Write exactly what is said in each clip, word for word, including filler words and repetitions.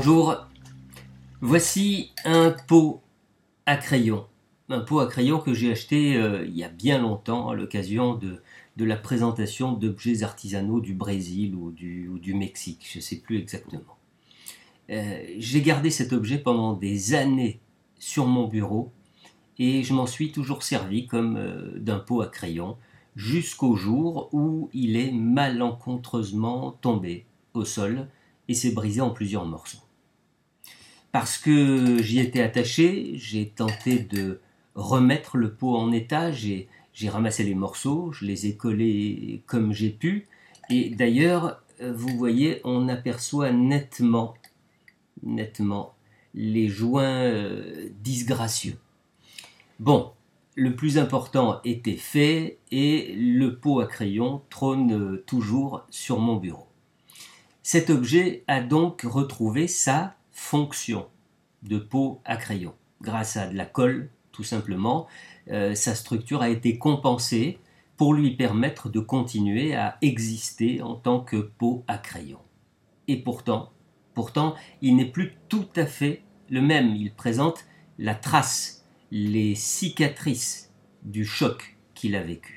Bonjour, voici un pot à crayon. Un pot à crayon que j'ai acheté euh, il y a bien longtemps à l'occasion de, de la présentation d'objets artisanaux du Brésil ou du, ou du Mexique, je ne sais plus exactement. Euh, j'ai gardé cet objet pendant des années sur mon bureau et je m'en suis toujours servi comme euh, d'un pot à crayon jusqu'au jour où il est malencontreusement tombé au sol et s'est brisé en plusieurs morceaux. Parce que j'y étais attaché, j'ai tenté de remettre le pot en état, j'ai, j'ai ramassé les morceaux, je les ai collés comme j'ai pu, et d'ailleurs, vous voyez, on aperçoit nettement, nettement les joints euh, disgracieux. Bon, le plus important était fait, et le pot à crayon trône toujours sur mon bureau. Cet objet a donc retrouvé sa fonction de pot à crayon. Grâce à de la colle, tout simplement, euh, sa structure a été compensée pour lui permettre de continuer à exister en tant que pot à crayon. Et pourtant, pourtant, il n'est plus tout à fait le même. Il présente la trace, les cicatrices du choc qu'il a vécu.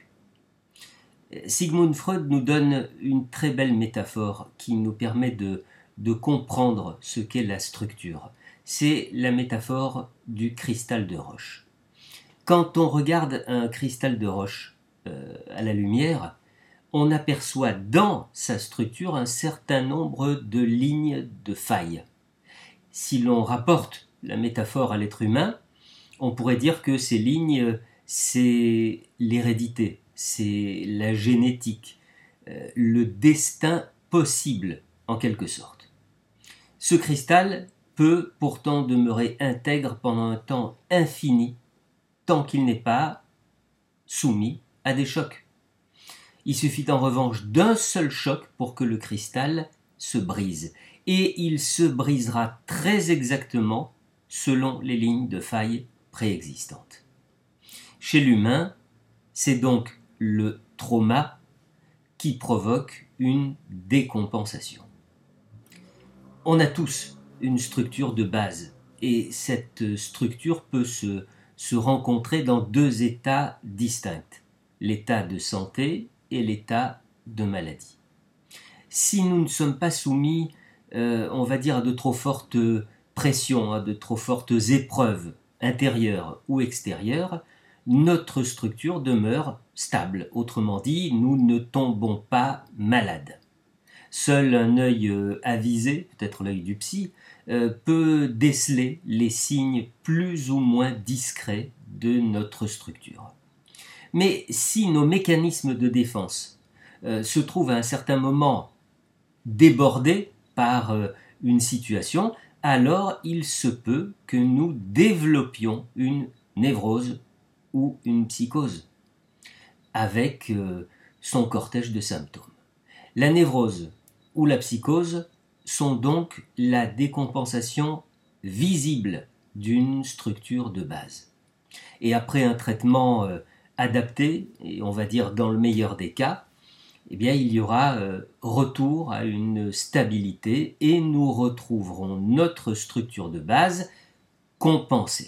Sigmund Freud nous donne une très belle métaphore qui nous permet de, de comprendre ce qu'est la structure. C'est la métaphore du cristal de roche. Quand on regarde un cristal de roche euh, à la lumière, on aperçoit dans sa structure un certain nombre de lignes de failles. Si l'on rapporte la métaphore à l'être humain, on pourrait dire que ces lignes, c'est l'hérédité, c'est la génétique, euh, le destin possible en quelque sorte. Ce cristal peut pourtant demeurer intègre pendant un temps infini tant qu'il n'est pas soumis à des chocs. Il suffit en revanche d'un seul choc pour que le cristal se brise, et il se brisera très exactement selon les lignes de faille préexistantes. Chez l'humain, c'est donc le trauma qui provoque une décompensation. On a tous une structure de base et cette structure peut se, se rencontrer dans deux états distincts, l'état de santé et l'état de maladie. Si nous ne sommes pas soumis, euh, on va dire, à de trop fortes pressions, à de trop fortes épreuves intérieures ou extérieures, notre structure demeure stable. Autrement dit, nous ne tombons pas malades. Seul un œil euh, avisé, peut-être l'œil du psy, euh, peut déceler les signes plus ou moins discrets de notre structure. Mais si nos mécanismes de défense euh, se trouvent à un certain moment débordés par euh, une situation, alors il se peut que nous développions une névrose ou une psychose, avec euh, son cortège de symptômes. La névrose ou la psychose sont donc la décompensation visible d'une structure de base. Et après un traitement euh, adapté, et on va dire dans le meilleur des cas, eh bien, il y aura euh, retour à une stabilité et nous retrouverons notre structure de base compensée.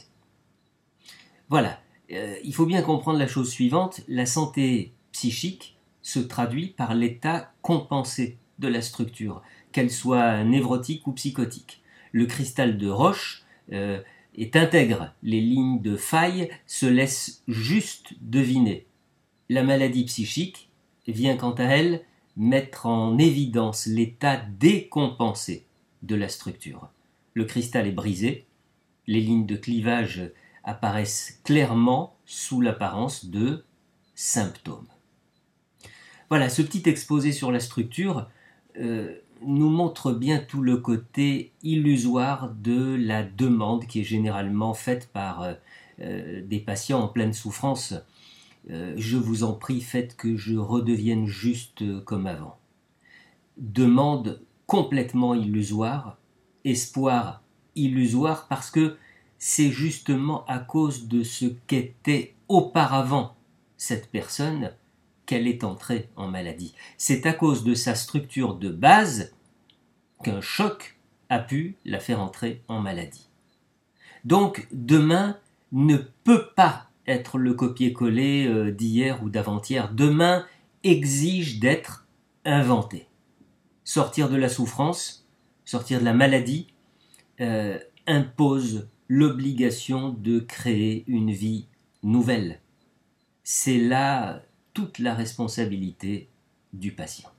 Voilà. Euh, il faut bien comprendre la chose suivante, la santé psychique se traduit par l'état compensé de la structure, qu'elle soit névrotique ou psychotique. Le cristal de roche euh, est intègre, les lignes de faille se laissent juste deviner. La maladie psychique vient quant à elle mettre en évidence l'état décompensé de la structure. Le cristal est brisé, les lignes de clivage apparaissent clairement sous l'apparence de symptômes. Voilà, ce petit exposé sur la structure euh, nous montre bien tout le côté illusoire de la demande qui est généralement faite par euh, euh, des patients en pleine souffrance. Euh, je vous en prie, faites que je redevienne juste comme avant. Demande complètement illusoire, espoir illusoire, parce que c'est justement à cause de ce qu'était auparavant cette personne qu'elle est entrée en maladie. C'est à cause de sa structure de base qu'un choc a pu la faire entrer en maladie. Donc demain ne peut pas être le copier-coller d'hier ou d'avant-hier. Demain exige d'être inventé. Sortir de la souffrance, sortir de la maladie, euh, impose l'obligation de créer une vie nouvelle. C'est là toute la responsabilité du patient.